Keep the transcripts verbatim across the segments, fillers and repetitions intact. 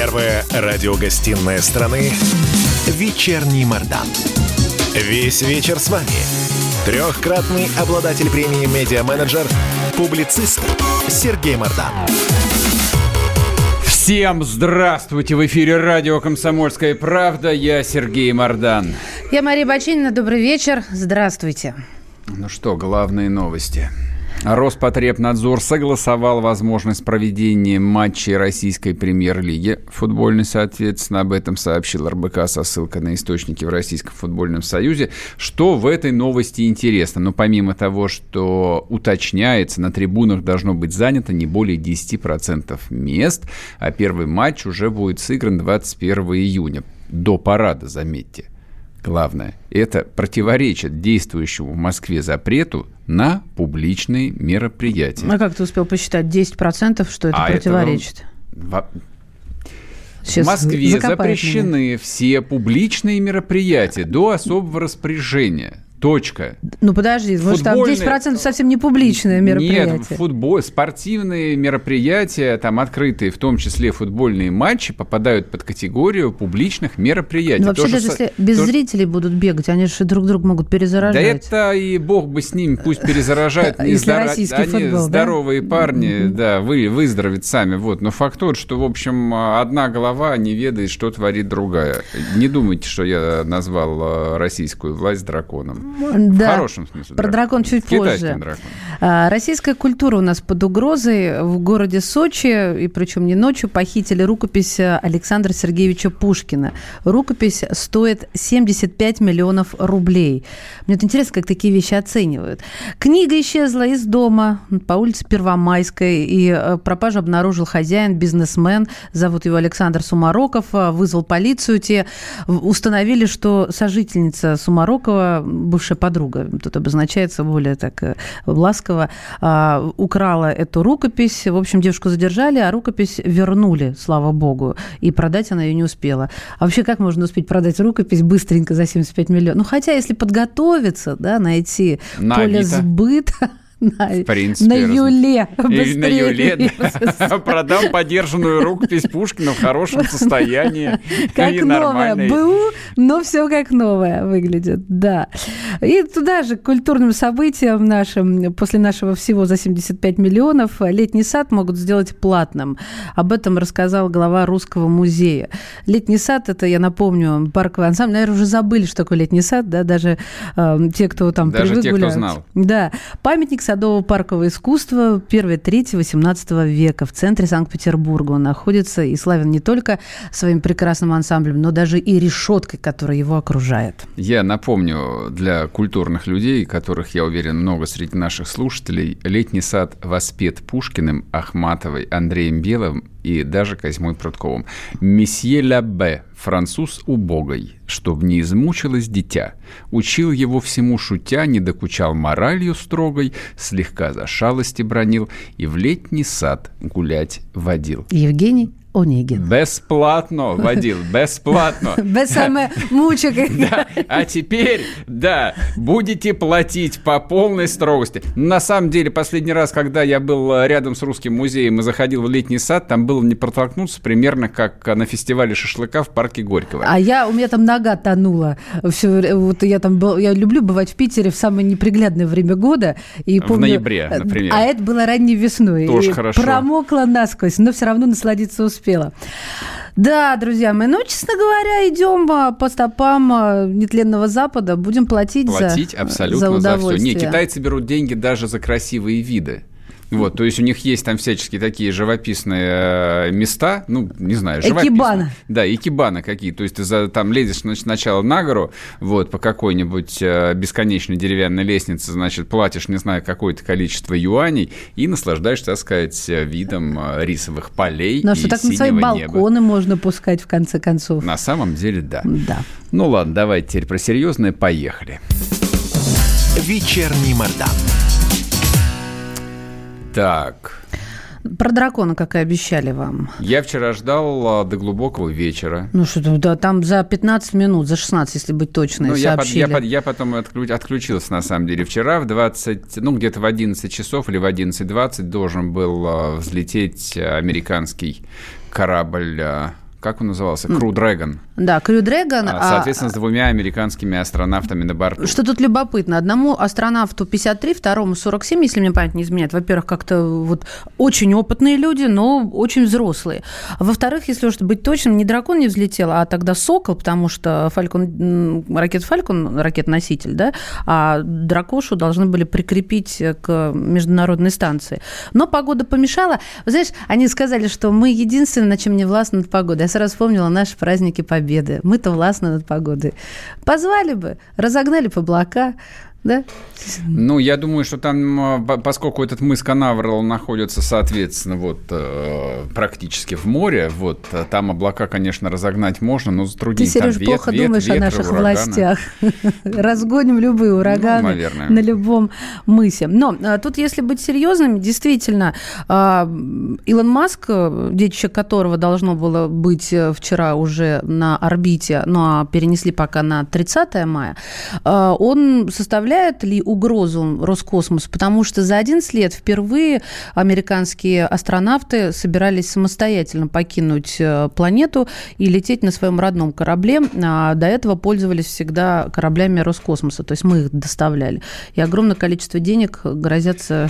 Первая радиогостинная страны «Вечерний Мардан». Весь вечер с вами. Трехкратный обладатель премии «Медиа-менеджер», публицист Сергей Мардан. Всем здравствуйте! В эфире радио «Комсомольская правда». Я Сергей Мардан. Я Мария Бачинина. Добрый вечер. Здравствуйте. Ну что, главные новости. Роспотребнадзор согласовал возможность проведения матчей российской премьер-лиги футбольной, соответственно, об этом сообщил эр бэ ка со ссылкой на источники в Российском футбольном союзе. Что в этой новости интересно? Ну, помимо того, что уточняется, на трибунах должно быть занято не более десять процентов мест, а первый матч уже будет сыгран двадцать первого июня, до парада, заметьте. Главное, это противоречит действующему в Москве запрету на публичные мероприятия. А как ты успел посчитать десять процентов, что это а противоречит? Это... В Москве запрещены меня. все публичные мероприятия до особого распоряжения. Точка. Ну, подожди, может, там десять процентов совсем не публичное мероприятие. Нет, футбол, спортивные мероприятия, там открытые, в том числе футбольные матчи, попадают под категорию публичных мероприятий. Ну, вообще, то, даже что, если без то, зрителей будут бегать, они же друг друга могут перезаражать. Да это и бог бы с ними, пусть перезаражают. Они здоровые парни, да, выздоровеют сами. Но факт тот, что, в общем, одна голова не ведает, что творит другая. Не думайте, что я назвал российскую власть драконом. Да, в хорошем смысле. Про дракон чуть позже. Дракон. Российская культура у нас под угрозой. В городе Сочи, и причем не ночью, похитили рукопись Александра Сергеевича Пушкина. Рукопись стоит семьдесят пять миллионов рублей. Мне вот интересно, как такие вещи оценивают. Книга исчезла из дома по улице Первомайской, и пропажу обнаружил хозяин, бизнесмен, зовут его Александр Сумароков, вызвал полицию. Те установили, что сожительница Сумарокова, бывшая подруга, тут обозначается более так ласково, а, украла эту рукопись. В общем, девушку задержали, а рукопись вернули, слава богу. И продать она ее не успела. А вообще, как можно успеть продать рукопись быстренько за семьдесят пять миллионов? Ну, хотя, если подготовиться, да, найти на поле Авито. Сбыта... На, в принципе, на Юле. Или на Юле, да. Продам подержанную рукопись Пушкина в хорошем состоянии. Как новая. БУ, но все как новое выглядит, да. И туда же к культурным событиям нашим, после нашего всего за семьдесят пять миллионов, летний сад могут сделать платным. Об этом рассказал глава Русского музея. Летний сад, это, я напомню, парковый ансамбль. Наверное, уже забыли, что такое летний сад, да, даже э, те, кто там даже привык те, гулять. Кто знал. Да. Памятник садово-паркового искусства первого-третьего-восемнадцатого века в центре Санкт-Петербурга. Он находится и славен не только своим прекрасным ансамблем, но даже и решеткой, которая его окружает. Я напомню для культурных людей, которых, я уверен, много среди наших слушателей, летний сад воспет Пушкиным, Ахматовой, Андреем Белым и даже Козьмой Прудковым. «Месье Лабе, француз убогой, чтоб не измучилось дитя, учил его всему шутя, не докучал моралью строгой, слегка за шалости бранил и в летний сад гулять водил». Евгений Онегин. Бесплатно водил, бесплатно. Без самой мучек. Да. А теперь, да, будете платить по полной строгости. На самом деле, последний раз, когда я был рядом с Русским музеем и заходил в летний сад, там было не протолкнуться, примерно как на фестивале шашлыка в парке Горького. А я, у меня там нога тонула. Все, вот я там был, я люблю бывать в Питере в самое неприглядное время года. И помню, в ноябре, например. А это было ранней весной. Тоже хорошо. Промокла насквозь, но все равно насладиться успела. Успела. Да, друзья мои, ну, честно говоря, идем по стопам нетленного Запада, будем платить, платить за, абсолютно за удовольствие. За все. Не, китайцы берут деньги даже за красивые виды. Вот, то есть у них есть там всяческие такие живописные места, ну, не знаю, живописные. Экибана. Да, экибана какие. То есть ты за, там лезешь сначала на гору, вот, по какой-нибудь бесконечной деревянной лестнице, значит, платишь, не знаю, какое-то количество юаней и наслаждаешься, так сказать, видом рисовых полей. Ну, и что так на свои неба. балконы можно пускать, в конце концов. На самом деле, да. Да. Ну, ладно, давайте теперь про серьезное. Поехали. Вечерний Мардан. Так. Про дракона, как и обещали вам. Я вчера ждал до глубокого вечера. Ну что, да, там за пятнадцать минут, за шестнадцать, если быть точной, ну, сообщили. Я, под, я, под, я потом отключ, отключился, на самом деле. Вчера в двадцать, ну, где-то в одиннадцать часов или в одиннадцать двадцать должен был взлететь американский корабль как он назывался? Crew Dragon. Да, Crew Dragon. Соответственно, а... с двумя американскими астронавтами на борту. Что тут любопытно? Одному астронавту пятьдесят три, второму сорок семь, если мне память не изменяет. Во-первых, как-то вот очень опытные люди, но очень взрослые. Во-вторых, если уж быть точным, не дракон не взлетел, а тогда Сокол, потому что Falcon, ракета Falcon, ракета-носитель, да, а дракошу должны были прикрепить к международной станции. Но погода помешала. Вы знаешь, они сказали, что мы единственное, на чем не властны над погодой. Я сразу вспомнила наши праздники Победы. Мы-то властны над погодой. Позвали бы, разогнали бы облака, да? Ну, я думаю, что там, поскольку этот мыс Канаверал находится, соответственно, вот практически в море, вот там облака, конечно, разогнать можно, но затруднить. Ты, Сереж, там плохо вет, думаешь ветры, о наших ураганы. Властях. Разгоним любые ураганы ну, на любом мысе. Но тут, если быть серьезными, действительно, Илон Маск, детище которого должно было быть вчера уже на орбите, но перенесли пока на тридцатое мая, он составляет ли угрозу Роскосмосу? Потому что за одиннадцать лет впервые американские астронавты собирались самостоятельно покинуть планету и лететь на своем родном корабле. А до этого пользовались всегда кораблями Роскосмоса, то есть мы их доставляли. И огромное количество денег грозятся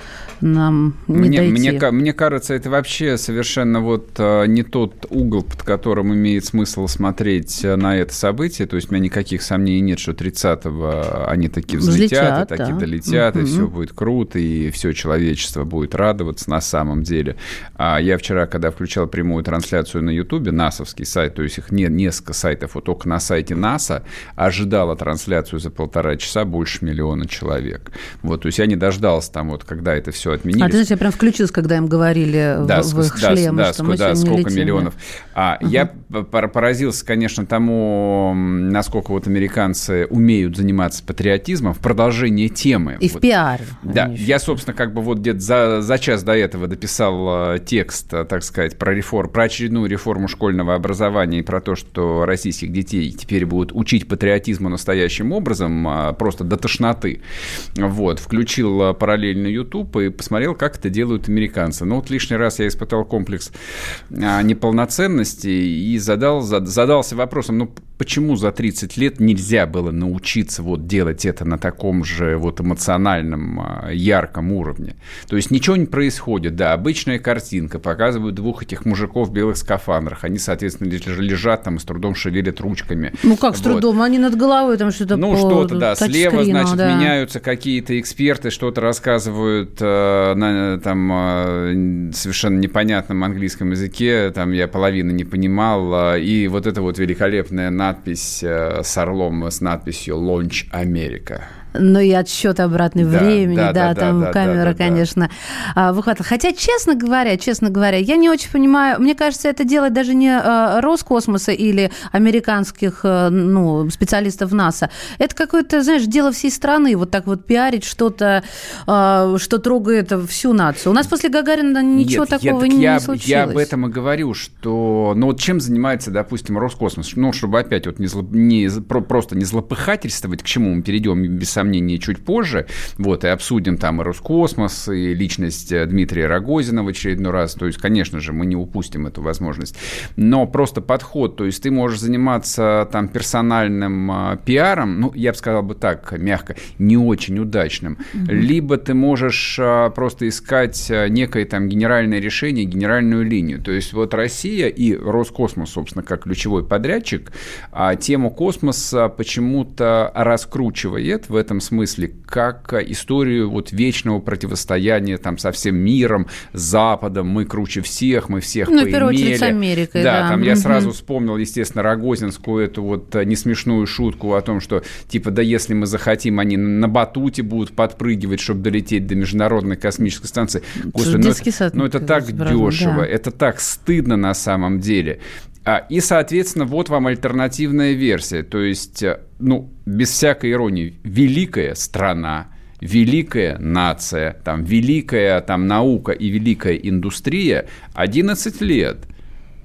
нам не мне, дойти. Мне, мне кажется, это вообще совершенно вот не тот угол, под которым имеет смысл смотреть на это событие. То есть у меня никаких сомнений нет, что тридцатого они таки взлетят, взлетят, и таки да. долетят, угу. и все будет круто, и все человечество будет радоваться на самом деле. А я вчера, когда включал прямую трансляцию на Ютубе, насовский сайт, то есть их нет несколько сайтов, вот только на сайте НАСА ожидала трансляцию за полтора часа больше миллиона человек. Вот, то есть я не дождался там вот, когда это все отменили. А ты знаешь, я прям включилась, когда им говорили да, в, в их да, шлемы, да, что да, мы да, сегодня сколько летим. Миллионов. А, угу. Я поразился, конечно, тому, насколько вот американцы умеют заниматься патриотизмом в продолжении темы. И вот. в пиаре. Да, я, собственно, как бы вот где-то за, за час до этого дописал текст, так сказать, про, реформ, про очередную реформу школьного образования и про то, что российских детей теперь будут учить патриотизму настоящим образом, просто до тошноты. Вот, включил параллельно YouTube и посмотрел, как это делают американцы. Но вот лишний раз я испытал комплекс а, неполноценности и задал, зад, задался вопросом, ну, почему за тридцать лет нельзя было научиться вот делать это на таком же вот эмоциональном, а, ярком уровне? То есть ничего не происходит, да, обычная картинка, показывают двух этих мужиков в белых скафандрах, они, соответственно, лежат там и с трудом шевелят ручками. Ну, как с вот. трудом? Они над головой там что-то Ну, по что-то, да, слева, значит, да. меняются какие-то эксперты, что-то рассказывают э, на там, э, совершенно непонятном английском языке, там я половины не понимал, э, и вот эта вот великолепная надпись э, с орлом, с надписью «Launch America». Ну и отсчет обратный да, времени, да, да, да там да, камера, да, да, конечно, да. выхватывала. Хотя, честно говоря, честно говоря, я не очень понимаю, мне кажется, это делать даже не Роскосмоса или американских ну, специалистов НАСА. Это какое-то, знаешь, дело всей страны, вот так вот пиарить что-то, что трогает всю нацию. У нас после Гагарина ничего Нет, такого я, не, я, не случилось. Я об этом и говорю, что, ну вот чем занимается, допустим, Роскосмос, ну, чтобы опять вот не, зло, не просто не злопыхательствовать, к чему мы перейдем без сомнения, чуть позже, вот, и обсудим там и Роскосмос, и личность Дмитрия Рогозина в очередной раз, то есть, конечно же, мы не упустим эту возможность, но просто подход, то есть, ты можешь заниматься там персональным а, пиаром, ну, я бы сказал бы так, мягко, не очень удачным, mm-hmm. либо ты можешь а, просто искать а, некое там генеральное решение, генеральную линию, то есть, вот Россия и Роскосмос, собственно, как ключевой подрядчик, а, тему космоса почему-то раскручивает в этом смысле, как историю вот вечного противостояния там со всем миром, с Западом, мы круче всех, мы всех ну, поимели. в первую очередь с Америкой, да. Да, там угу. я сразу вспомнил, естественно, Рогозинскую эту вот несмешную шутку о том, что типа, да если мы захотим, они на батуте будут подпрыгивать, чтобы долететь до Международной космической станции. Господи, ну, сад, ну это так дешево, да. это так стыдно на самом деле. И, соответственно, вот вам альтернативная версия. То есть, ну, без всякой иронии, великая страна, великая нация, там, великая там, наука и великая индустрия одиннадцать лет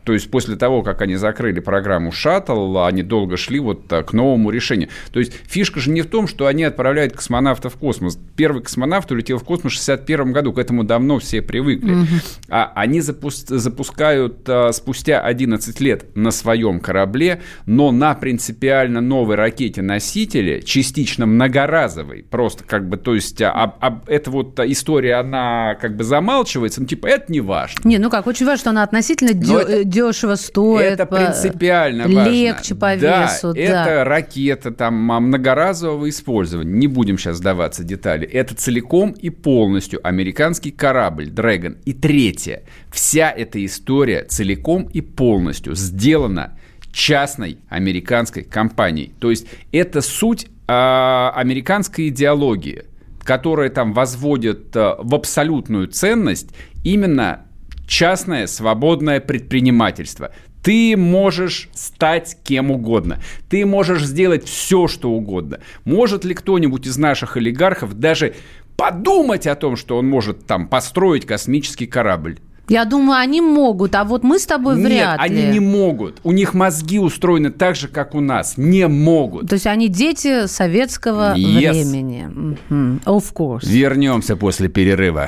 То есть после того, как они закрыли программу «Шаттл», они долго шли вот к новому решению. То есть фишка же не в том, что они отправляют космонавтов в космос. Первый космонавт улетел в космос в шестьдесят первом году, к этому давно все привыкли. Угу. А они запу- запускают а, спустя одиннадцать лет на своем корабле, но на принципиально новой ракете-носителе, частично многоразовой, просто как бы, то есть а, а, эта вот история, она как бы замалчивается, ну типа это не важно. Не, ну как, очень важно, что она относительно дё- дешево стоит. Это по... принципиально важно. Легче по весу, да. Да, это ракета там многоразового использования. Не будем сейчас сдаваться в детали. Это целиком и полностью американский корабль Dragon. И третье. Вся эта история целиком и полностью сделана частной американской компанией. То есть это суть э, американской идеологии, которая там возводит э, в абсолютную ценность именно частное свободное предпринимательство. Ты можешь стать кем угодно. Ты можешь сделать все, что угодно. Может ли кто-нибудь из наших олигархов даже подумать о том, что он может там построить космический корабль? Я думаю, они могут, а вот мы с тобой Нет, вряд ли. Нет, они не могут. У них мозги устроены так же, как у нас. Не могут. То есть они дети советского yes. времени. Mm-hmm. Of course. Вернемся после перерыва.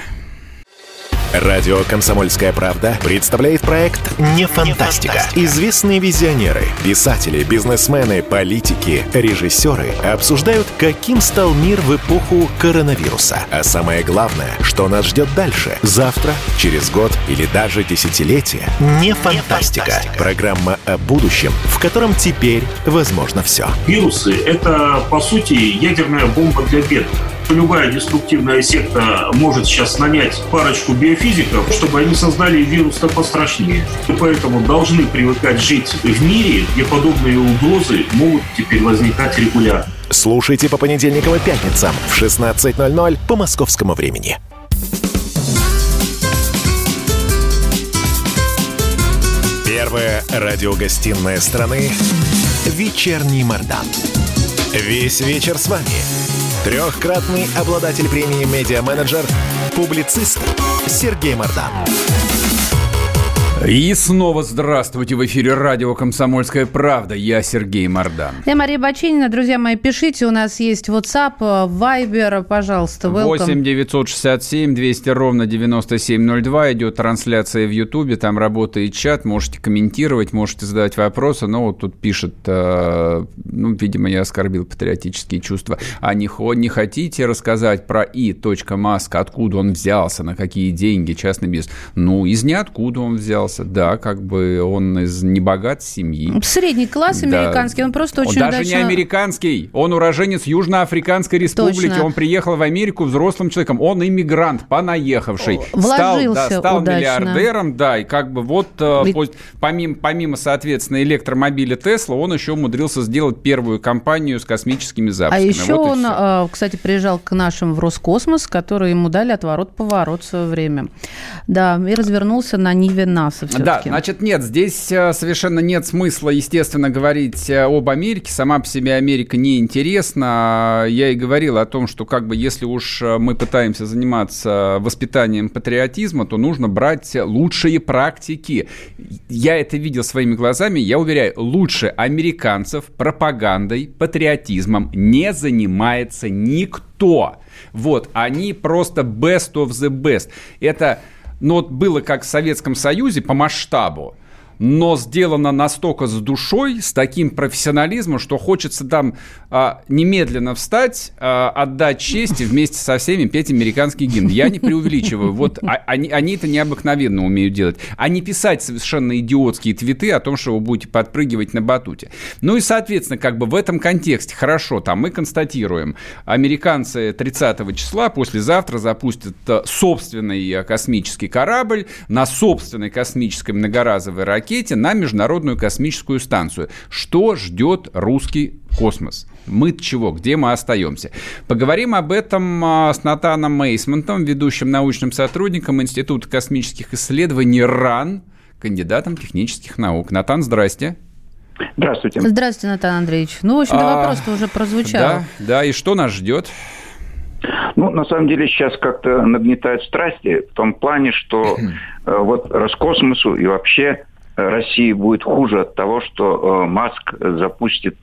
Радио «Комсомольская правда» представляет проект «Не фантастика». Известные визионеры, писатели, бизнесмены, политики, режиссеры обсуждают, каким стал мир в эпоху коронавируса. А самое главное, что нас ждет дальше, завтра, через год или даже десятилетие. «Не фантастика». Программа о будущем, в котором теперь возможно все. Вирусы — это, по сути, ядерная бомба для бедных. Любая деструктивная секта может сейчас нанять парочку биофизиков, чтобы они создали вирус-то пострашнее. И поэтому должны привыкать жить в мире, где подобные угрозы могут теперь возникать регулярно. Слушайте по понедельникам и пятницам в шестнадцать ноль ноль по московскому времени. Первая радиогостинная страны «Вечерний Мардан». Весь вечер с вами. Трехкратный обладатель премии «Медиа-менеджер», публицист Сергей Мардан. И снова здравствуйте. В эфире радио «Комсомольская правда». Я Сергей Мардан. Я Мария Баченина. Друзья мои, пишите. У нас есть WhatsApp, Viber. Пожалуйста, welcome. восемь девятьсот шестьдесят семь двести ровно девяносто семь ноль два. Идет трансляция в Ютубе. Там работает чат. Можете комментировать, можете задавать вопросы. Но вот тут пишет, э, ну, видимо, я оскорбил патриотические чувства. А не, не хотите рассказать про И. Маска, откуда он взялся, на какие деньги, частный бизнес? Ну, из ниоткуда он взялся. Да, как бы он из небогатой семьи. Средний класс американский, да. Он просто очень он удачно... даже не американский, он уроженец Южноафриканской республики. Точно. Он приехал в Америку взрослым человеком, он иммигрант, понаехавший. Вложился стал, да, стал удачно. миллиардером, да, и как бы вот Ведь... помимо, помимо, соответственно, электромобиля Тесла, он еще умудрился сделать первую компанию с космическими запусками. А еще вот он, кстати, приезжал к нашим в Роскосмос, которые ему дали отворот-поворот в свое время. Да, и развернулся на ниве НАСА. Все-таки. Да, значит, нет, здесь совершенно нет смысла, естественно, говорить об Америке. Сама по себе Америка неинтересна. Я и говорил о том, что как бы если уж мы пытаемся заниматься воспитанием патриотизма, то нужно брать лучшие практики. Я это видел своими глазами. Я уверяю, лучше американцев пропагандой, патриотизмом не занимается никто. Вот, они просто best of the best. Это... Но вот было как в Советском Союзе по масштабу, но сделано настолько с душой, с таким профессионализмом, что хочется там а, немедленно встать, а, отдать честь и вместе со всеми петь американский гимн. Я не преувеличиваю. Вот а, они, они это необыкновенно умеют делать. А не писать совершенно идиотские твиты о том, что вы будете подпрыгивать на батуте. Ну и, соответственно, как бы в этом контексте, хорошо, там мы констатируем, американцы тридцатого числа, послезавтра запустят собственный космический корабль на собственной космической многоразовой ракете на Международную космическую станцию. Что ждет русский космос? Мы чего? Где мы остаемся? Поговорим об этом с Натаном Мейсмонтом, ведущим научным сотрудником Института космических исследований РАН, кандидатом технических наук. Натан, здрасте. Здравствуйте. Здравствуйте, Натан Андреевич. Ну, в общем-то, а, вопрос-то уже прозвучал. Да, да, и что нас ждет? Ну, на самом деле, сейчас как-то нагнетают страсти в том плане, что э, вот Роскосмосу и вообще России будет хуже от того, что Маск запустит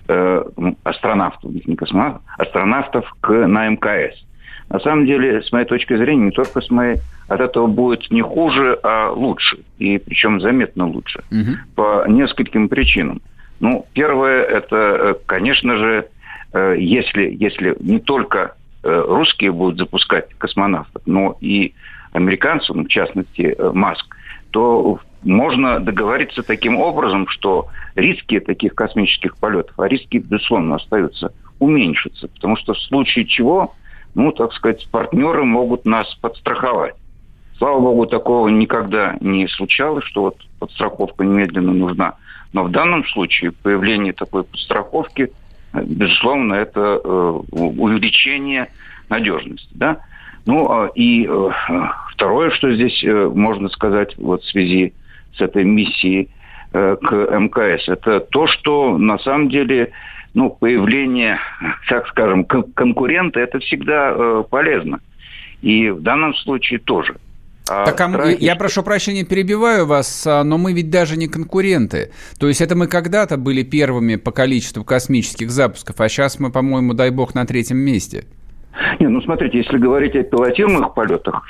астронавтов, не космонавтов, астронавтов к, на эм ка эс. На самом деле, с моей точки зрения, не только с моей, от этого будет не хуже, а лучше. И причем заметно лучше. Угу. По нескольким причинам. Ну, первое, это, конечно же, если, если не только русские будут запускать космонавтов, но и американцы, ну, в частности, Маск, то можно договориться таким образом, что риски таких космических полетов, а риски, безусловно, остаются, уменьшатся. Потому что в случае чего, ну, так сказать, партнеры могут нас подстраховать. Слава богу, такого никогда не случалось, что вот подстраховка немедленно нужна. Но в данном случае появление такой подстраховки, безусловно, это э, увеличение надежности, да. Ну, и э, второе, что здесь э, можно сказать вот в связи с этой миссией э, к эм ка эс, это то, что на самом деле, ну, появление, так скажем, конкурента, это всегда э, полезно. И в данном случае тоже. А так, а мы, я прошу прощения, перебиваю вас, но мы ведь даже не конкуренты. То есть это мы когда-то были первыми по количеству космических запусков, а сейчас мы, по-моему, дай бог, на третьем месте. Не, ну смотрите, если говорить о пилотируемых полетах,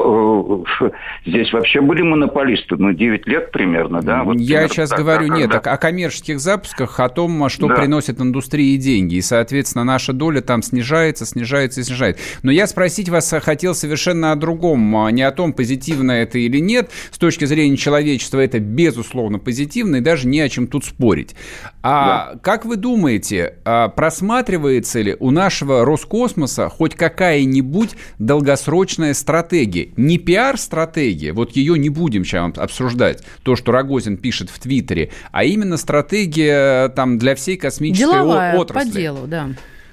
то э, здесь вообще были монополисты, ну, девять лет примерно, да? Вот, Я примерно, сейчас так, говорю, да, нет, когда... о, о коммерческих запусках, о том, что да. приносит индустрии деньги, и, соответственно, наша доля там снижается, снижается и снижается. Но я спросить вас хотел совершенно о другом, не о том, позитивно это или нет. С точки зрения человечества это, безусловно, позитивно, и даже не о чем тут спорить. А да. Как вы думаете, просматривается ли у нашего Роскосмоса хоть какая-нибудь долгосрочная стратегия? Не пиар-стратегия, вот ее не будем сейчас обсуждать, то, что Рогозин пишет в Твиттере, а именно стратегия там для всей космической Деловая, отрасли. По делу, да.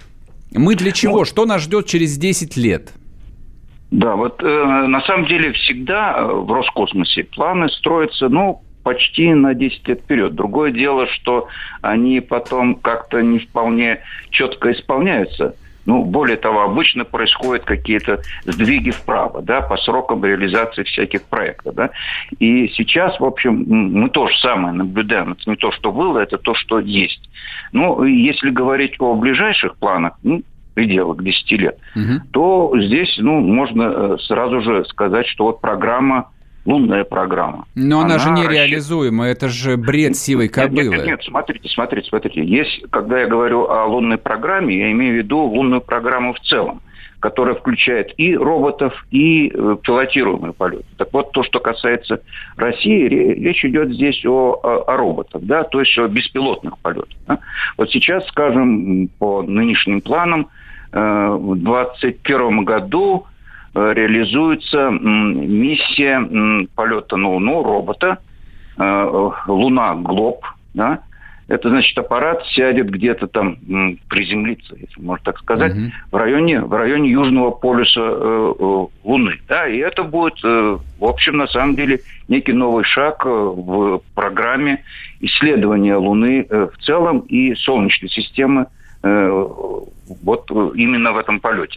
Мы для чего? Ну, что нас ждет через десять лет? Да, вот э, на самом деле всегда в Роскосмосе планы строятся, ну, почти на десять лет вперед. Другое дело, что они потом как-то не вполне четко исполняются. Ну, более того, обычно происходят какие-то сдвиги вправо, да, по срокам реализации всяких проектов, да. И сейчас, в общем, мы то же самое наблюдаем. Это не то, что было, это то, что есть. Ну, если говорить о ближайших планах, ну, пределах десяти лет, угу. то здесь, ну, можно сразу же сказать, что вот программа, лунная программа. Но она, она же рассчит... нереализуема, это же бред сивой кобылы. Нет, нет, нет, смотрите, смотрите, смотрите. Есть, когда я говорю о лунной программе, я имею в виду лунную программу в целом, которая включает и роботов, и э, пилотируемые полеты. Так вот, то, что касается России, речь идет здесь о, о, о роботах, да, то есть о беспилотных полетах. Да? Вот сейчас, скажем, по нынешним планам, э, в двадцать первом году реализуется миссия полета на Луну робота Луна Глоб, да? Это значит, аппарат сядет где-то там, приземлится, если можно так сказать, угу. в районе в районе южного полюса э, Луны, да, и это будет, э, в общем, на самом деле некий новый шаг в программе исследования Луны э, в целом и Солнечной системы э, вот именно в этом полете.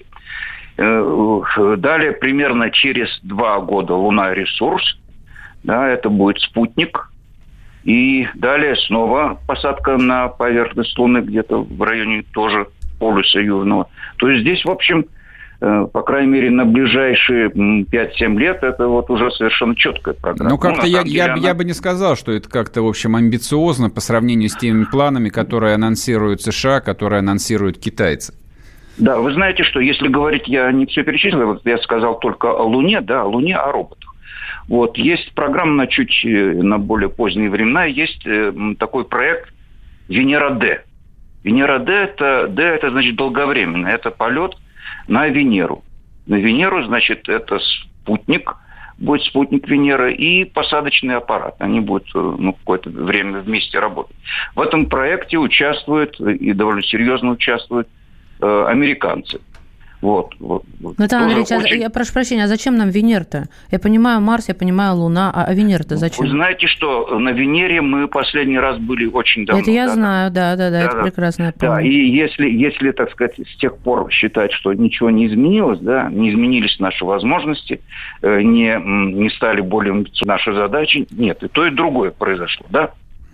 Далее, примерно через два года Луна ресурс, да, это будет спутник, и далее снова посадка на поверхность Луны где-то в районе тоже полюса южного. То есть здесь, в общем, по крайней мере, на ближайшие пять-семь лет это вот уже совершенно четкая программа. Ну, как-то ну, я, я, она... я бы не сказал, что это как-то, в общем, амбициозно по сравнению с теми планами, которые анонсируют США, которые анонсируют китайцы. Да, вы знаете, что если говорить, я не все перечислил, вот я сказал только о Луне, да, о Луне, о роботах. Вот, есть программа на чуть, на более поздние времена, есть э, такой проект Венера-Д. Венера-Д, это, Д, это значит долговременно, это полет на Венеру. На Венеру, значит, это спутник, будет спутник Венеры и посадочный аппарат. Они будут, ну, какое-то время вместе работать. В этом проекте участвуют, и довольно серьезно участвуют, американцы. Вот, вот, вот. Натан Андреевич, очень... а, я прошу прощения, а зачем нам Венера-то? Я понимаю Марс, я понимаю Луна, а, а Венера-то зачем? Вы знаете, что на Венере мы последний раз были очень давно. Это я да? знаю, да, да, да, да, это прекрасно я помню. Да, и если, если, так сказать, с тех пор считать, что ничего не изменилось, да, не изменились наши возможности, не, не стали более наши задачи, нет, и то, и другое произошло, да.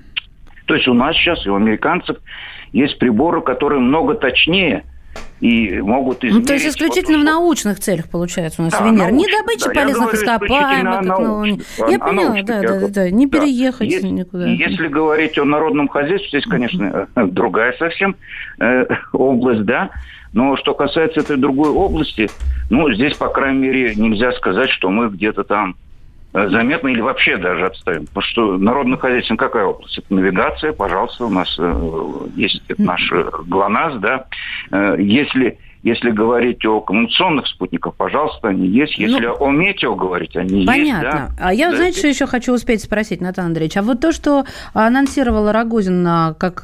То есть у нас сейчас и у американцев есть приборы, которые много точнее и могут измерить... Ну, то есть исключительно вот, в научных целях, получается, у нас да, Венера. Научных, Не добыча да, полезных ископаемых, как на Луне. Я поняла, да, да, да, да, не да. переехать есть, никуда. Если говорить о народном хозяйстве, здесь, конечно, другая совсем э, область, да. Но что касается этой другой области, ну, здесь, по крайней мере, нельзя сказать, что мы где-то там заметно или вообще даже отстаем. Потому что народно-хозяйственная какая область? Это навигация, пожалуйста, у нас э, есть наш ГЛОНАСС, да. Э, если, если говорить о коммуникационных спутниках, пожалуйста, они есть. Если ну, о метео говорить, они понятно. есть, да. Понятно. А я, да, знаете, что еще хочу успеть спросить, Натан Андреевич? А вот то, что анонсировал Рогозин, как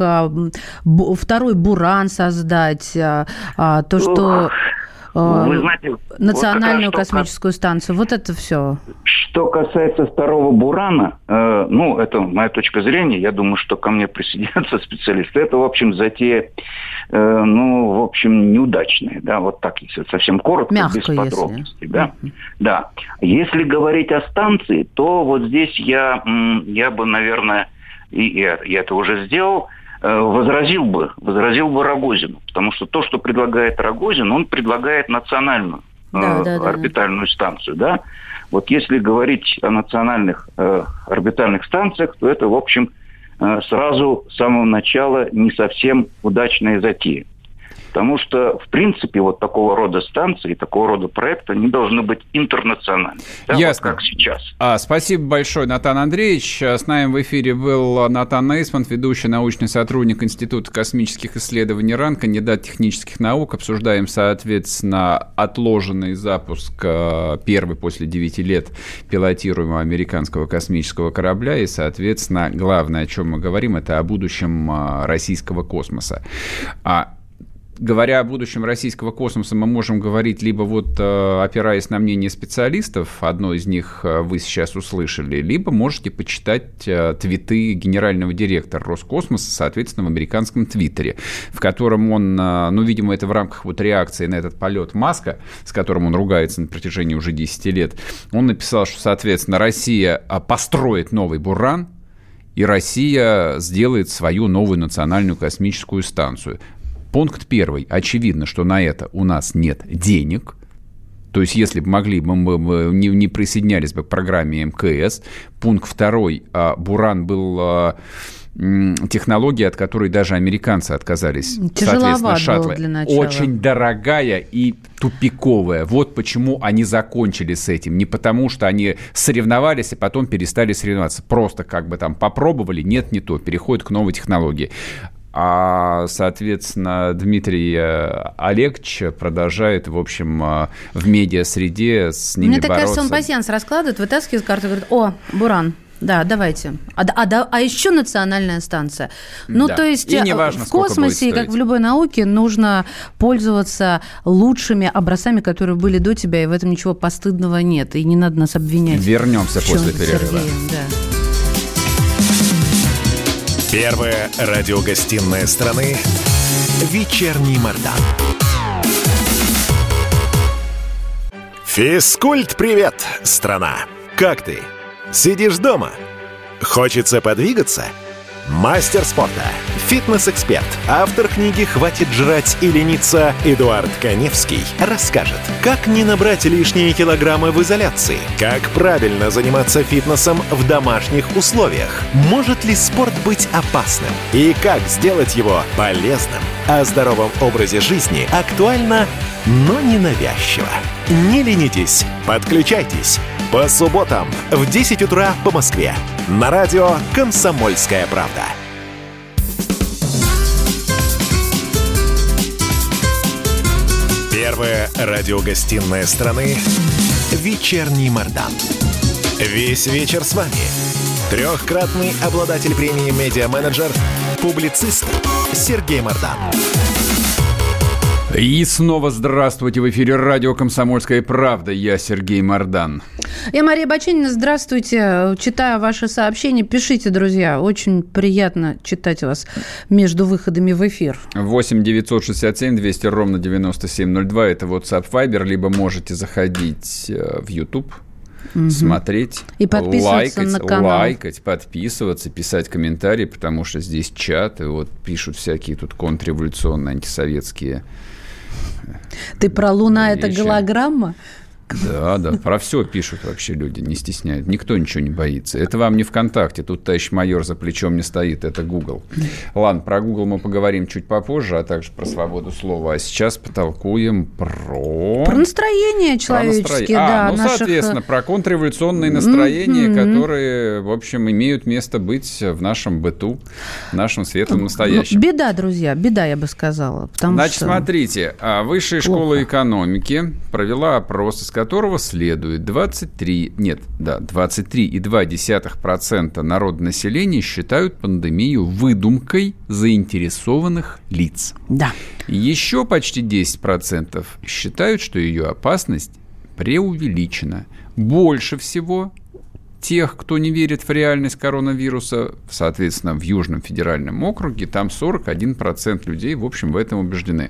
второй «Буран» создать, то, что... Вы знаете, национальную вот космическую что, станцию. Вот это все. Что касается второго «Бурана», э, ну, это моя точка зрения, я думаю, что ко мне присоединятся специалисты. Это, в общем, затея, э, ну, в общем, неудачная, да, вот так, если совсем коротко, мягко, без подробностей, если. да. Mm-hmm. Да. Если говорить о станции, то вот здесь я, я бы, наверное, и я, я это уже сделал, возразил бы, возразил бы Рогозину. Потому что то, что предлагает Рогозин, он предлагает национальную да, э, да, орбитальную да. станцию. Да? Вот если говорить о национальных э, орбитальных станциях, то это, в общем, э, сразу с самого начала не совсем удачная затея. Потому что, в принципе, вот такого рода станции, такого рода проекты, они должны быть интернациональными. Да, Ясно. Вот как сейчас. А, спасибо большое, Натан Андреевич. С нами в эфире был Натан Нейсмонт, ведущий научный сотрудник Института космических исследований РАН, кандидат технических наук. Обсуждаем, соответственно, отложенный запуск первый после девяти лет пилотируемого американского космического корабля. И, соответственно, главное, о чем мы говорим, это о будущем российского космоса. А Говоря о будущем российского космоса, мы можем говорить либо вот э, опираясь на мнение специалистов, одно из них э, вы сейчас услышали, либо можете почитать э, твиты генерального директора Роскосмоса, соответственно, в американском твиттере, в котором он, э, ну, видимо, это в рамках вот реакции на этот полет Маска, с которым он ругается на протяжении уже десяти лет, он написал, что, соответственно, Россия построит новый «Буран», и Россия сделает свою новую национальную космическую станцию. Пункт первый. Очевидно, что на это у нас нет денег. То есть, если бы могли, мы, мы, мы не, не присоединялись бы к программе эм ка эс. Пункт второй. «Буран» был технология, от которой даже американцы отказались. Тяжеловато было для начала. Очень дорогая и тупиковая. Вот почему они закончили с этим. Не потому, что они соревновались, а потом перестали соревноваться. Просто как бы там попробовали, нет, не то. Переходят к новой технологии. А, соответственно, Дмитрий Олегович продолжает, в общем, в медиасреде с ними Мне бороться. Мне так кажется, он пасьянс раскладывает, вытаскивает карту и говорит: о, «Буран». Да, давайте. А, а, а еще национальная станция. Ну, да. То есть важно, в космосе, как в любой науке, нужно пользоваться лучшими образцами, которые были до тебя, и в этом ничего постыдного нет. И не надо нас обвинять. Вернемся после перерыва. Да. Первая радиогостинная страны «Вечерний Мордан». Физкульт-привет, страна! Как ты? Сидишь дома? Хочется подвигаться? Мастер спорта, фитнес-эксперт, автор книги «Хватит жрать и лениться» Эдуард Каневский расскажет, как не набрать лишние килограммы в изоляции, как правильно заниматься фитнесом в домашних условиях, может ли спорт быть опасным и как сделать его полезным. О здоровом образе жизни актуально, но не навязчиво. Не ленитесь, подключайтесь. По субботам в десять утра по Москве. На радио «Комсомольская правда». Первая радиогостинная страны «Вечерний Мордан». Весь вечер с вами. Трехкратный обладатель премии «Медиа-менеджер», публицист Сергей Мордан. И снова здравствуйте. В эфире радио «Комсомольская правда». Я Сергей Мордан. Я Мария Баченина. Здравствуйте. Читаю ваши сообщения. Пишите, друзья. Очень приятно читать вас между выходами в эфир. восемь девятьсот шестьдесят семь двести ровно девяносто семь ноль два. Это WhatsApp, Viber. Либо можете заходить в YouTube, угу. смотреть, и подписываться лайкать, на канал. лайкать, подписываться, писать комментарии, потому что здесь чат, и вот пишут всякие тут контрреволюционные, антисоветские. Ты про Луна вещи. Это голограмма? Да, да, про все пишут вообще люди, не стесняют. Никто ничего не боится. Это вам не ВКонтакте, тут товарищ майор за плечом не стоит, это Google. Ладно, про Google мы поговорим чуть попозже, а также про свободу слова. А сейчас потолкуем про... Про настроение человеческие, про настроение. А, да. ну, наших... соответственно, про контрреволюционные настроения, mm-hmm. которые, в общем, имеют место быть в нашем быту, в нашем светлом настоящем. Беда, друзья, беда, я бы сказала. Значит, что... смотрите, Высшая Плохо. школа экономики провела опрос, из которого следует двадцать три, нет, да, двадцать три и две десятых процента народонаселения считают пандемию выдумкой заинтересованных лиц. Да. Еще почти десять процентов считают, что ее опасность преувеличена. Больше всего тех, кто не верит в реальность коронавируса, соответственно, в Южном федеральном округе, там сорок один процент людей, в общем, в этом убеждены.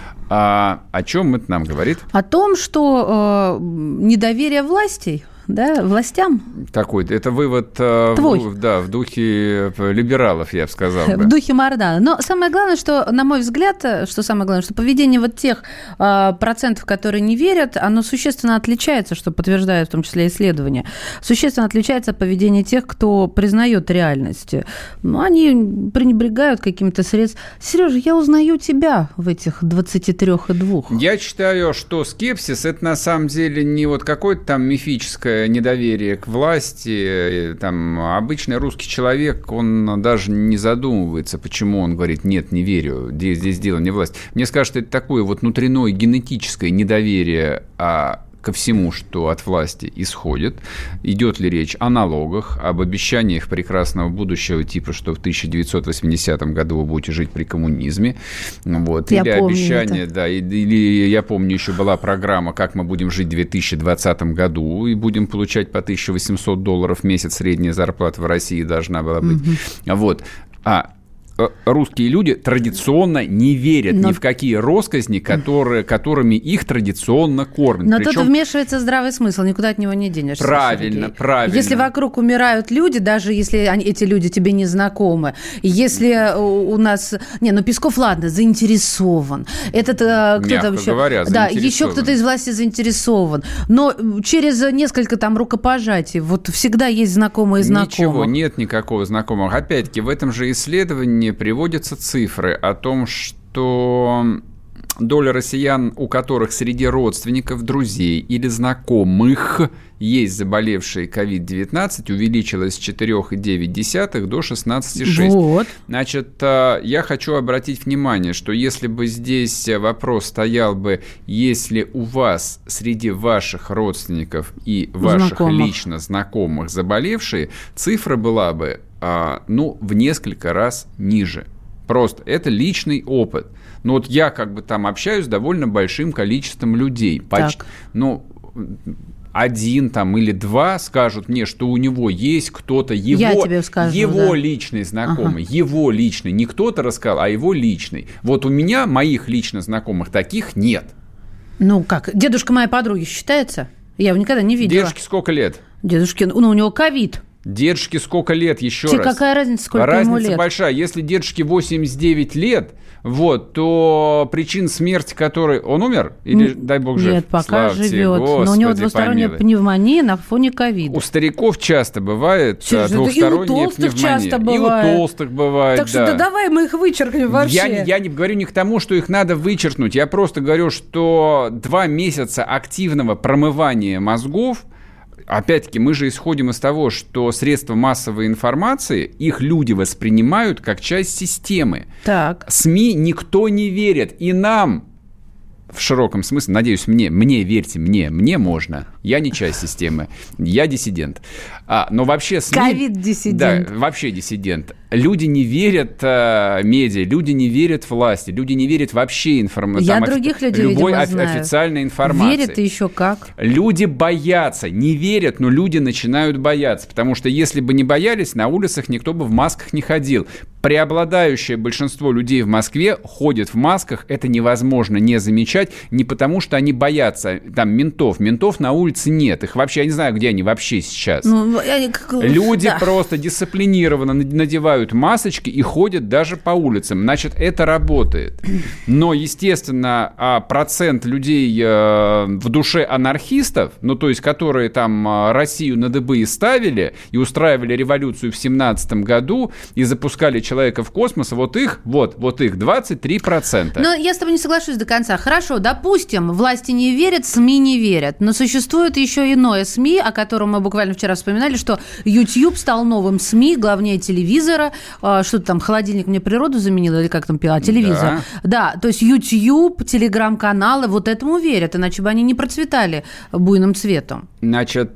А о чем это нам говорит? О том, что э, недоверие властей, да, властям. Такой, это вывод э, в, да, в духе либералов, я бы сказал. В духе Мордана. Но самое главное, что, на мой взгляд, что самое главное, что поведение вот тех э, процентов, которые не верят, оно существенно отличается, что подтверждают в том числе исследования, существенно отличается от поведения тех, кто признает реальность. Ну, они пренебрегают какими-то средствами. Сережа, я узнаю тебя в этих двадцати трёх и двух. Я считаю, что скепсис – это на самом деле не вот какое-то там мифическое недоверие к власти. Там, обычный русский человек, он даже не задумывается, почему он говорит: нет, не верю, здесь, здесь дело не власть. Мне скажут, это такое вот внутреннее генетическое недоверие а, ко всему, что от власти исходит. Идет ли речь о налогах, об обещаниях прекрасного будущего, типа, что в тысяча девятьсот восьмидесятом году вы будете жить при коммунизме. Вот. Я или помню обещание, это. да, или я помню, еще была программа, как мы будем жить в две тысячи двадцатом году и будем получать по тысяча восемьсот долларов в месяц. Средняя зарплата в России должна была быть. Mm-hmm. Вот. А русские люди традиционно не верят Но... ни в какие россказни, которые, которыми их традиционно кормят. Но Причем... тут вмешивается здравый смысл, никуда от него не денешься. Правильно, Сергей. правильно. Если вокруг умирают люди, даже если они, эти люди тебе не знакомы, если у, у нас... Не, ну Песков, ладно, заинтересован. Этот кто Мягко там еще... говоря, да, еще кто-то из власти заинтересован. Но через несколько там рукопожатий вот всегда есть знакомые знакомых. Ничего, нет никакого знакомого. Опять-таки, в этом же исследовании приводятся цифры о том, что доля россиян, у которых среди родственников, друзей или знакомых есть заболевшие ковид девятнадцать, увеличилась с четыре целых девять десятых до шестнадцать целых шесть десятых. Вот. Значит, я хочу обратить внимание, что если бы здесь вопрос стоял бы, если у вас среди ваших родственников и ваших знакомых. лично знакомых заболевшие, цифра была бы ну, в несколько раз ниже. Просто это личный опыт. Ну, вот я как бы там общаюсь с довольно большим количеством людей. Почти, ну, один там или два скажут мне, что у него есть кто-то, его, скажу, его да. личный знакомый, ага. его личный. Не кто-то рассказал, а его личный. Вот у меня, моих лично знакомых, таких нет. Ну, как? Дедушка моей подруги считается? Я его никогда не видела. Дедушке сколько лет? Дедушке, ну, у него ковид. Дедушке сколько лет, еще Тебе раз? какая разница, сколько разница ему лет? Разница большая. Если дедушке восемьдесят девять лет, вот, то причин смерти которой... Он умер? Или, Н- дай бог, жив? Нет, пока Слава живет. тебе, Господи, но у него двусторонняя помилуй. пневмония на фоне ковида. У стариков часто бывает Серьезно, двухсторонняя и у толстых пневмония. часто бывает. И у толстых бывает, Так что да. да давай мы их вычеркнем вообще. Я не, я не говорю ни к тому, что их надо вычеркнуть. Я просто говорю, что два месяца активного промывания мозгов. Опять-таки, мы же исходим из того, что средства массовой информации, их люди воспринимают как часть системы. Так. СМИ никто не верит. И нам, в широком смысле, надеюсь, мне, мне, верьте, мне, мне можно. Я не часть системы, я диссидент. А, но вообще СМИ... Ковид-диссидент. Да, вообще диссидент. Люди не верят э, медиа, люди не верят власти, люди не верят вообще информации. Я других офи- людей, любой видимо, офи- знаю. официальной информации. Верят и еще как. Люди боятся, не верят, но люди начинают бояться, потому что если бы не боялись, на улицах никто бы в масках не ходил. Преобладающее большинство людей в Москве ходят в масках, это невозможно не замечать, не потому что они боятся там ментов. Ментов на улице нет, их вообще, я не знаю, где они вообще сейчас. Ну, я, как... Люди да. просто дисциплинированно надевают масочки и ходят даже по улицам. Значит, это работает. Но, естественно, процент людей в душе анархистов, ну, то есть, которые там Россию на дыбы ставили и устраивали революцию в семнадцатом году и запускали человека в космос, вот их, вот, вот их двадцать три процента. Но я с тобой не соглашусь до конца. Хорошо, допустим, власти не верят, СМИ не верят, но существует еще иное СМИ, о котором мы буквально вчера вспоминали, что YouTube стал новым СМИ, главнее телевизора, что-то там, холодильник мне природу заменил, или как там, а, телевизор. Да. да, то есть YouTube, телеграм-каналы вот этому верят, иначе бы они не процветали буйным цветом. Значит,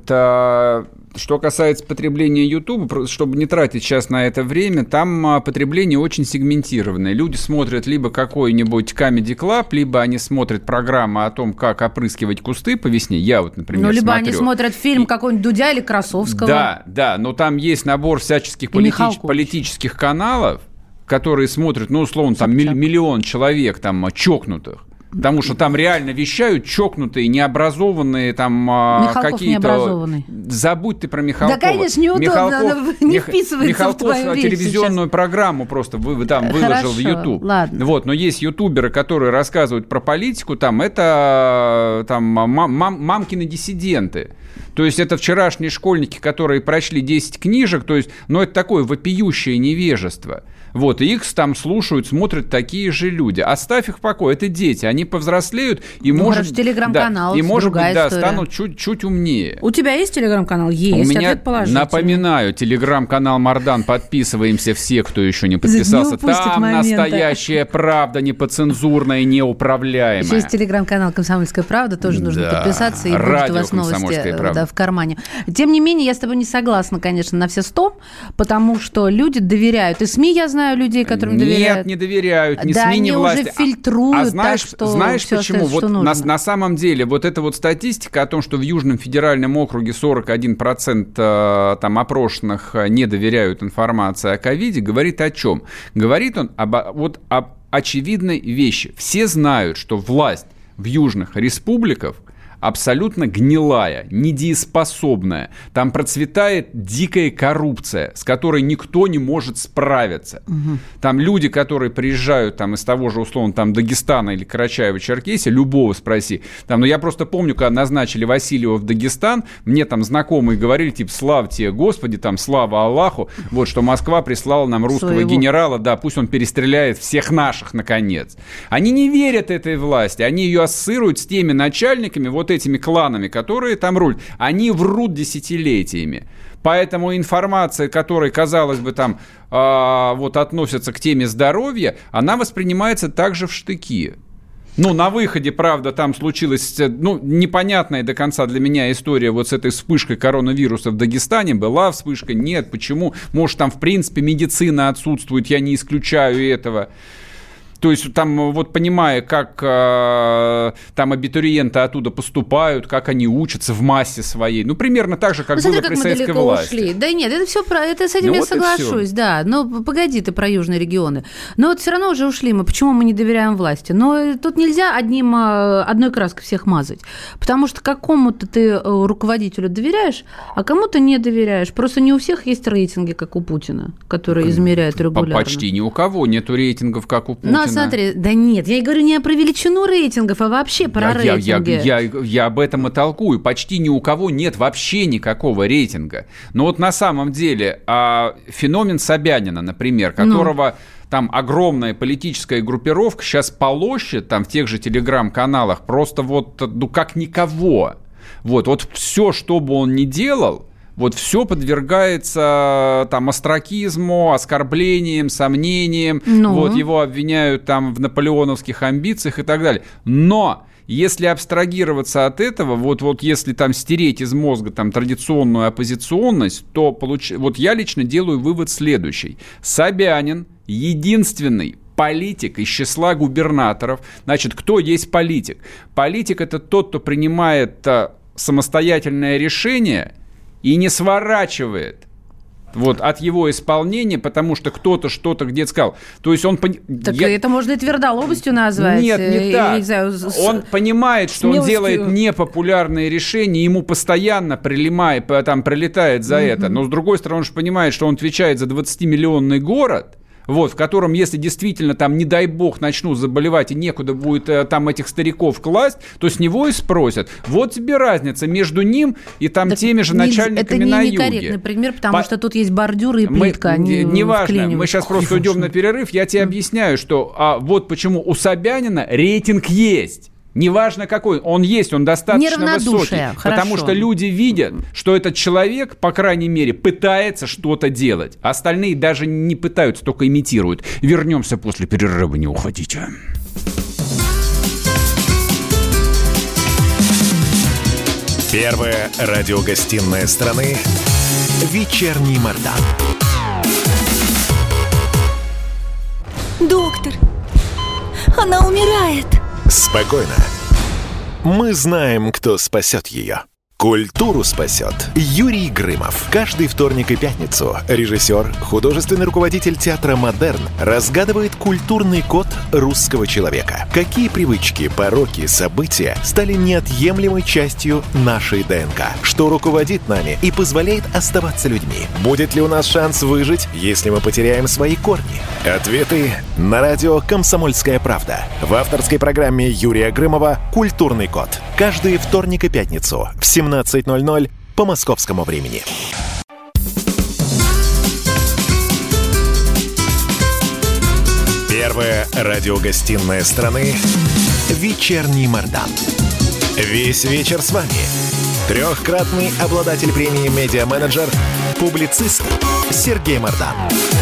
что касается потребления YouTube, чтобы не тратить сейчас на это время, там потребление очень сегментированное. Люди смотрят либо какой-нибудь Comedy Club, либо они смотрят программы о том, как опрыскивать кусты по весне. Я вот, например, Ну, либо смотрю. они смотрят фильм И... какой-нибудь Дудя или Красовского. Да, да, но там есть набор всяческих политич... политических каналов, которые смотрят, ну, условно, там милли- миллион человек там чокнутых. Потому что там реально вещают чокнутые, необразованные, там Михалков какие-то... необразованный. Забудь ты про Михалкова. Да, конечно, неудобно, Михалков, не вписывается Михалков в твою речь телевизионную сейчас. программу просто вы, там выложил Хорошо, в YouTube. Ладно. Вот, но есть ютуберы, которые рассказывают про политику, там это там, мам, мам, мамкины диссиденты. То есть это вчерашние школьники, которые прочли десять книжек, то есть, ну, это такое вопиющее невежество. Вот, и их там слушают, смотрят такие же люди. Оставь их в покое, это дети, они повзрослеют и, ну, может, хорошо, телеграм-канал, да, и, может быть, да, история. станут чуть, чуть умнее. У тебя есть телеграм-канал? Есть, У меня, ответ положительный. напоминаю, телеграм-канал Мардан, подписываемся все, кто еще не подписался. Там момента. Настоящая правда, неподцензурная и неуправляемая. Еще есть телеграм-канал «Комсомольская правда», тоже нужно да. подписаться, и будет у вас новости да, в кармане. Тем не менее, я с тобой не согласна, конечно, на все сто, потому что люди доверяют. И СМИ, я знаю людей, которым Нет, доверяют. Нет, не доверяют, ни да, СМИ, ни власти. Они уже фильтруют, а, а знаешь, так что знаешь все почему? Остается, вот на, на самом деле, вот эта вот статистика о том, что в Южном федеральном округе сорок один процент э, там опрошенных не доверяют информации о ковиде, говорит о чем? Говорит он об, вот, об очевидной вещи. Все знают, что власть в южных республиках абсолютно гнилая, недееспособная. Там процветает дикая коррупция, с которой никто не может справиться. Угу. Там люди, которые приезжают там, из того же, условно, там, Дагестана или Карачаево-Черкесии, любого спроси. Там, ну, я просто помню, когда назначили Васильева в Дагестан, мне там знакомые говорили, типа, слава тебе, Господи, там, слава Аллаху, вот, что Москва прислала нам русского Своего. генерала, да, пусть он перестреляет всех наших, наконец. Они не верят этой власти, они ее ассоциируют с теми начальниками, вот этими кланами, которые там рулят, они врут десятилетиями. Поэтому информация, которая, казалось бы, там э, вот относится к теме здоровья, она воспринимается также в штыки. Ну, на выходе, правда, там случилась, ну, непонятная до конца для меня история вот с этой вспышкой коронавируса в Дагестане. Была вспышка? Нет. Почему? Может, там, в принципе, медицина отсутствует, я не исключаю этого. То есть там, вот понимая, как э, там абитуриенты оттуда поступают, как они учатся в массе своей. Ну, примерно так же, как ну, было смотри, при советской власти. Ушли. Да нет, это все про... Это с этим ну, я вот соглашусь, да. Но погоди ты про южные регионы. Но вот все равно уже ушли мы. Почему мы не доверяем власти? Но тут нельзя одним, одной краской всех мазать. Потому что какому-то ты руководителю доверяешь, а кому-то не доверяешь. Просто не у всех есть рейтинги, как у Путина, которые измеряют регулярно. Почти ни у кого нету рейтингов, как у Путина. Но, смотри, да нет, я говорю не про величину рейтингов, а вообще про я, рейтинги. Я, я, я, я об этом и толкую. Почти ни у кого нет вообще никакого рейтинга. Но вот на самом деле а, феномен Собянина, например, которого... Ну. Там огромная политическая группировка сейчас полощет там в тех же телеграм-каналах просто вот, ну, как никого. Вот, вот все, что бы он ни делал, вот все подвергается там остракизму, оскорблениям, сомнениям. Ну. Вот его обвиняют там в наполеоновских амбициях и так далее. Но если абстрагироваться от этого, вот, вот если там стереть из мозга там традиционную оппозиционность, то получ... вот я лично делаю вывод следующий. Собянин единственный политик из числа губернаторов. Значит, кто есть политик? Политик – это тот, кто принимает а, самостоятельное решение и не сворачивает вот, от его исполнения, потому что кто-то что-то где-то сказал. То есть он... Так я... это можно и твердолобостью назвать. Нет, не так. Не знаю, с... Он понимает, что смелостью... он делает непопулярные решения, ему постоянно прилимает, там, прилетает за mm-hmm. это. Но, с другой стороны, он же понимает, что он отвечает за двадцатимиллионный город, вот, в котором, если действительно там, не дай бог, начнут заболевать и некуда будет э, там этих стариков класть, то с него и спросят. Вот тебе разница между ним и там так теми же не, начальниками на юге. Это не некорректный пример, потому По... что тут есть бордюры и плитка. Мы, не неважно, мы сейчас просто уйдем на перерыв. Я тебе mm. объясняю, что а, вот почему у Собянина рейтинг есть. Неважно какой, он есть, он достаточно высокий. Хорошо. Потому что люди видят, что этот человек, по крайней мере, пытается что-то делать. А остальные даже не пытаются, только имитируют. Вернемся после перерыва, не уходите. Первая радиогостинная страны «Вечерний Мардан». Доктор, она умирает. Спокойно. Мы знаем, кто спасет ее. Культуру спасет Юрий Грымов. Каждый вторник и пятницу режиссер, художественный руководитель театра «Модерн» разгадывает культурный код русского человека. Какие привычки, пороки, события стали неотъемлемой частью нашей ДНК? Что руководит нами и позволяет оставаться людьми? Будет ли у нас шанс выжить, если мы потеряем свои корни? Ответы на радио «Комсомольская правда». В авторской программе Юрия Грымова «Культурный код». Каждый вторник и пятницу в семнадцать ноль ноль по московскому времени. Первая радиогостинная страны «Вечерний Мардан». Весь вечер с вами трехкратный обладатель премии «Медиа-менеджер», публицист Сергей Мардан.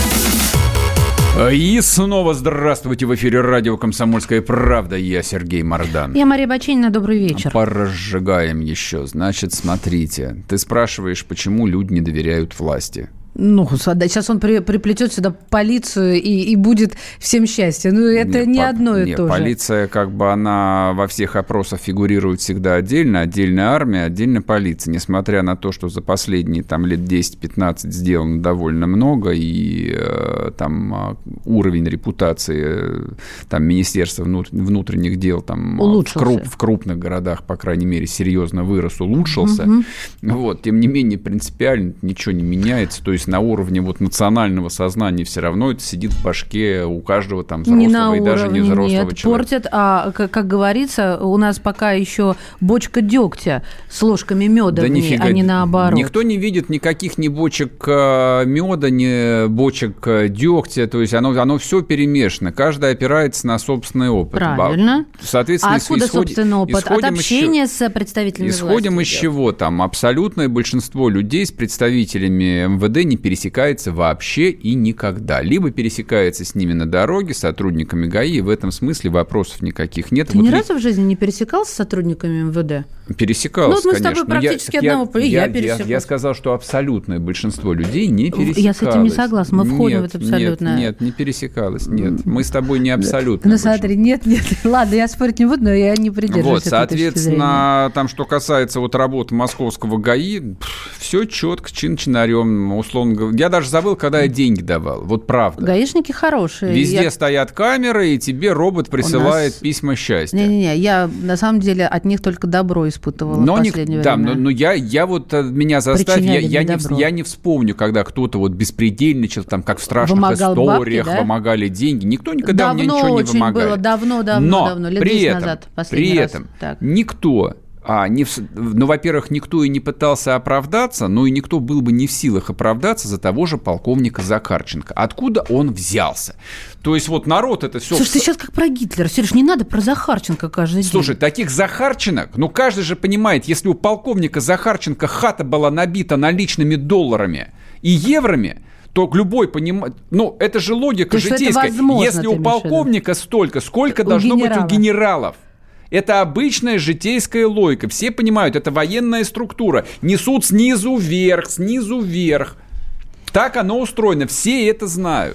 И снова здравствуйте, в эфире радио «Комсомольская правда». Я Сергей Мардан. Я Мария Баченина. Добрый вечер. Поразжигаем еще. Значит, смотрите. Ты спрашиваешь, почему люди не доверяют власти. Ну, сейчас он при, приплетет сюда полицию и, и будет всем счастье. Ну, это нет, не по, одно и нет, то же. Полиция, как бы, она во всех опросах фигурирует всегда отдельно. Отдельная армия, отдельно полиция. Несмотря на то, что за последние там, лет десять-пятнадцать сделано довольно много, и э, там уровень репутации там, Министерства внутренних дел там, в, круп, в крупных городах, по крайней мере, серьезно вырос, улучшился. Угу. Вот, тем не менее, принципиально ничего не меняется. То есть на уровне вот национального сознания все равно это сидит в башке у каждого там взрослого не на и даже не взрослого нет, человека. Портят, а, как, как говорится, у нас пока еще бочка дегтя с ложками меда, да в ней, нифига, а не наоборот. Никто не видит никаких ни бочек меда, ни бочек дегтя, то есть оно, оно все перемешано, каждый опирается на собственный опыт. Правильно. Соответственно, а откуда исход... собственный опыт? От общения из... с представителями исходим власти? Исходим из чего? Там абсолютное большинство людей с представителями эм вэ дэ не пересекается вообще и никогда. Либо пересекается с ними на дороге, с сотрудниками ГАИ, и в этом смысле вопросов никаких нет. Ты вот ни ли... разу в жизни не пересекался с сотрудниками эм вэ дэ? Пересекался, ну, мы конечно. с тобой практически я, одного поля, я, я пересекался. Я, я сказал, что абсолютное большинство людей не пересекалось. Я с этим не согласна, мы входим нет, в это абсолютное. Нет, нет, не пересекалось, нет. Мы с тобой не абсолютно. Ну, смотри, нет, нет, ладно, я спорить не буду, но я не придерживаюсь вот, этой соответственно, там, что касается вот работы московского ГАИ, все четко, чин-чинарем, условно говоря. Я даже забыл, когда я деньги давал, вот правда. Гаишники хорошие. Везде я... стоят камеры, и тебе робот присылает нас... письма счастья. Не-не-не, я на самом деле от них только добро испытывала но в последнее не... время. Да, но, но я, я вот, меня заставь, я, я, не, я не вспомню, когда кто-то вот беспредельничал, там, как в страшных Вымогал историях, бабки, да? Вымогали деньги. Никто никогда давно у меня ничего не вымогает. Было, давно, давно, но давно, лет при десять этом, назад, при этом так. никто А, не в, ну, во-первых, никто и не пытался оправдаться, но и никто был бы не в силах оправдаться за того же полковника Захарченко. Откуда он взялся? То есть вот народ это все... Слушай, ты сейчас как про Гитлера. Сереж, не надо про Захарченко каждый день. Слушай, таких Захарченок, ну каждый же понимает, если у полковника Захарченко хата была набита наличными долларами и евроми, то любой понимает... Ну, это же логика то житейская. Возможно, если у полковника столько, сколько у должно генерала. быть у генералов? Это обычная житейская логика. Все понимают, это военная структура. Несут снизу вверх, снизу вверх. Так оно устроено. Все это знают.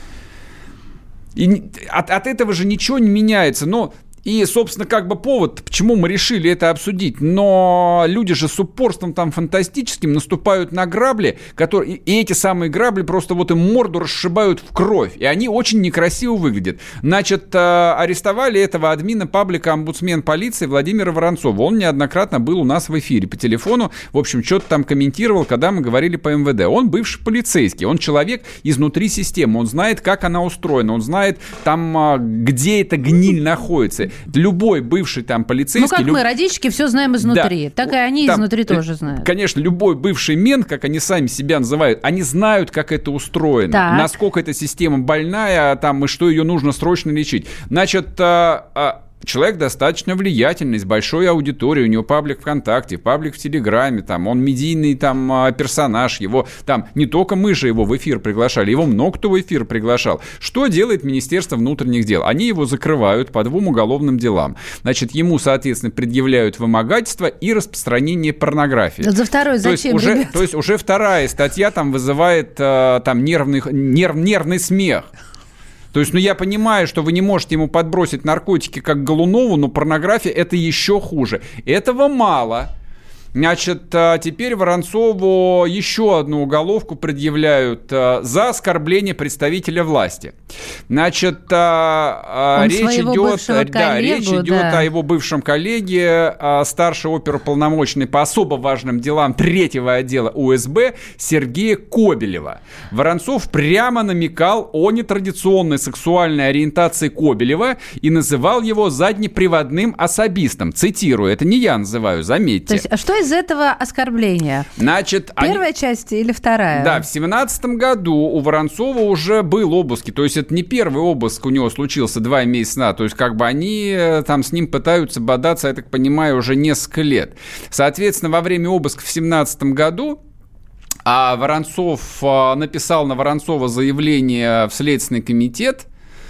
И от, от этого же ничего не меняется. Но... И, собственно, как бы повод, почему мы решили это обсудить. Но люди же с упорством там фантастическим наступают на грабли, которые, и эти самые грабли просто вот им морду расшибают в кровь. И они очень некрасиво выглядят. Значит, арестовали этого админа паблика омбудсмен полиции Владимира Воронцова. Он неоднократно был у нас в эфире по телефону. В общем, что-то там комментировал, когда мы говорили по эм вэ дэ. Он бывший полицейский, он человек изнутри системы. Он знает, как она устроена. Он знает, там, где эта гниль находится. Любой бывший там полицейский... Ну, как люб... мы, родички, все знаем изнутри. Да. Так и они там, изнутри тоже знают. Конечно, любой бывший мент, как они сами себя называют, они знают, как это устроено. Так. Насколько эта система больная, там, и что ее нужно срочно лечить. Значит... А, а... Человек достаточно влиятельный, с большой аудиторией, у него паблик ВКонтакте, паблик в Телеграме, там, он медийный там, персонаж, его там не только мы же его в эфир приглашали, его много кто в эфир приглашал. Что делает Министерство внутренних дел? Они его закрывают по двум уголовным делам. Значит, ему, соответственно, предъявляют вымогательство и распространение порнографии. За второй зачем, то есть, уже, ребят? то есть уже вторая статья там вызывает там, нервный, нерв, нервный смех. То есть, ну, я понимаю, что вы не можете ему подбросить наркотики, как Голунову, но порнография – это еще хуже. Этого мало. Значит, теперь Воронцову еще одну уголовку предъявляют за оскорбление представителя власти. Значит, Он речь идет, да, коллегу, речь идет да. о его бывшем коллеге, старший оперуполномоченный по особо важным делам третьего отдела у эс бэ Сергея Кобелева. Воронцов прямо намекал о нетрадиционной сексуальной ориентации Кобелева и называл его заднеприводным особистом. Цитирую, это не я называю, заметьте. То есть, а что из этого оскорбления? Значит, Первая они... часть или вторая? Да, в семнадцатом году у Воронцова уже был обыск. То есть это не первый обыск у него случился два месяца назад. То есть как бы они там с ним пытаются бодаться, я так понимаю, уже несколько лет. Соответственно, во время обыска в семнадцатом году а Воронцов написал на Воронцова заявление в Следственный комитет.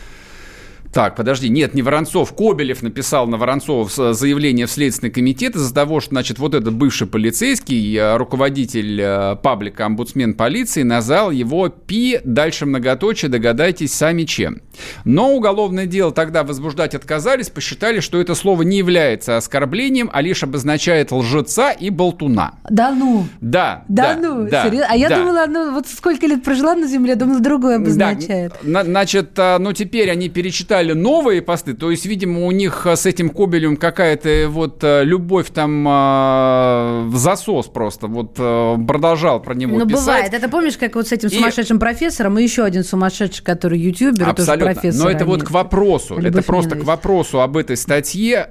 Так, подожди, нет, не Воронцов, Кобелев написал на Воронцова заявление в Следственный комитет из-за того, что, значит, вот этот бывший полицейский, руководитель паблика омбудсмен полиции, назвал его пи, дальше многоточие, догадайтесь сами чем. Но уголовное дело тогда возбуждать отказались, посчитали, что это слово не является оскорблением, а лишь обозначает лжеца и болтуна. Да ну? Да. Да, да ну? Да, серьезно? А я да. думала, ну вот сколько лет прожила на земле, думала, другое обозначает. Да, значит, ну теперь они перечитали новые посты, то есть, видимо, у них с этим Кобелевым какая-то вот любовь там в засос просто, вот продолжал про него ну, писать. Ну, бывает. Это помнишь, как вот с этим сумасшедшим и... профессором и еще один сумасшедший, который ютубер, Абсолютно. тоже профессор. Но это вот к вопросу, Любовь это просто ненависть. к вопросу об этой статье,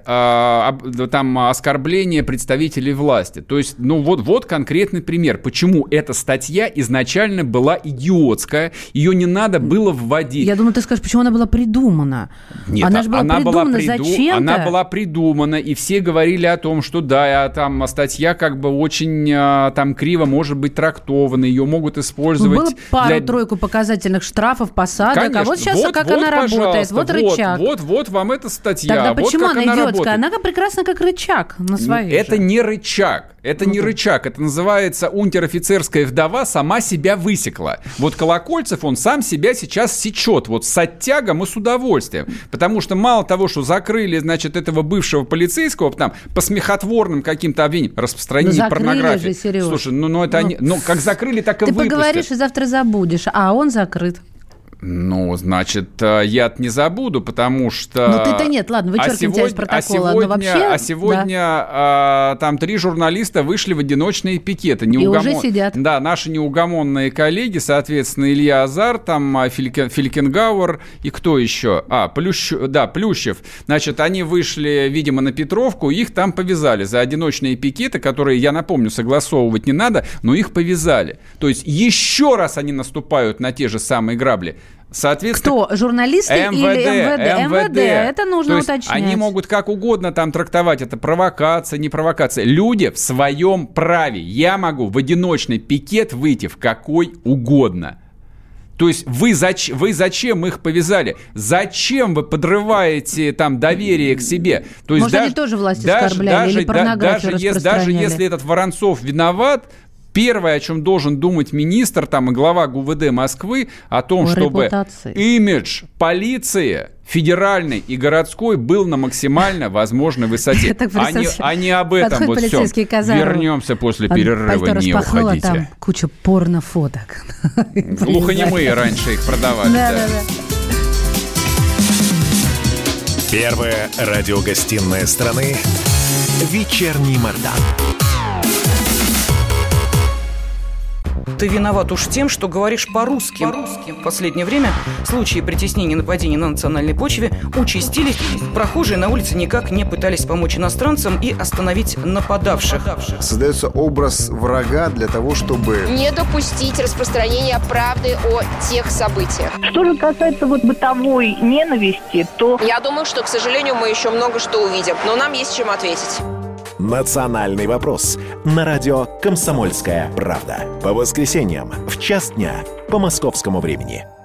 там оскорбление представителей власти. То есть, ну вот, вот конкретный пример, почему эта статья изначально была идиотская, ее не надо было вводить. Я думаю, ты скажешь, почему она была придумана? Нет, она же была она придумана была приду... зачем-то. Она была придумана, и все говорили о том, что да, там статья как бы очень там криво может быть трактована, ее могут использовать. Было пару-тройку для... показательных штрафов, посадок, Конечно. а вот сейчас вот, как вот, она работает, вот, вот рычаг. Вот, вот вам эта статья. Тогда вот почему как она, она идиотская? работает. Она как прекрасно как рычаг на своей Это же. не рычаг. Это не рычаг, это называется унтер-офицерская вдова сама себя высекла. Вот Колокольцев, он сам себя сейчас сечет, вот с оттягом и с удовольствием. Потому что мало того, что закрыли, значит, этого бывшего полицейского там по смехотворным каким-то обвинениям, распространение ну, порнографии. Же, Сереж. Слушай, ну, ну это ну, они, ну как закрыли, так и ты выпустят. Ты поговоришь и завтра забудешь, а он закрыт. Ну, значит, я не забуду, потому что... Ну, ты-то нет, ладно, вычеркнем а тебя из протокола, а сегодня, но вообще... А сегодня да. а, там три журналиста вышли в одиночные пикеты. Неугомон... И уже сидят. Да, наши неугомонные коллеги, соответственно, Илья Азар, там Филькен... Фелькенгауэр и кто еще? А, Плющ... да, Плющев. Значит, они вышли, видимо, на Петровку, их там повязали за одиночные пикеты, которые, я напомню, согласовывать не надо, но их повязали. То есть еще раз они наступают на те же самые грабли. Соответственно, кто? Журналисты эм вэ дэ, или эм вэ дэ? эм вэ дэ, это нужно То есть уточнять. Они могут как угодно там трактовать, это провокация, не провокация. Люди в своем праве. Я могу в одиночный пикет выйти в какой угодно. То есть вы, зач, вы зачем их повязали? Зачем вы подрываете там доверие к себе? То есть Может, даже, они тоже власть даже, оскорбляли даже, или порнографию даже, если, даже если этот Воронцов виноват, первое, о чем должен думать министр там, и глава гэ у вэ дэ Москвы, о том, о чтобы репутации. Имидж полиции федеральной и городской был на максимально возможной высоте. А не, а не об этом вот все. Вернемся после перерыва, не уходите. Там куча порнофоток. Глухонемые раньше их продавали. Да, да, да. Первая радиогостинная страны «Вечерний Мордан». Ты виноват уж тем, что говоришь по-русски. по-русски. В последнее время случаи притеснения и нападений на национальной почве участились. Прохожие на улице никак не пытались помочь иностранцам и остановить нападавших. Создается образ врага для того, чтобы... не допустить распространения правды о тех событиях. Что же касается вот бытовой ненависти, то... Я думаю, что, к сожалению, мы еще много что увидим, но нам есть чем ответить. «Национальный вопрос» на радио «Комсомольская правда». По воскресеньям в час дня по московскому времени.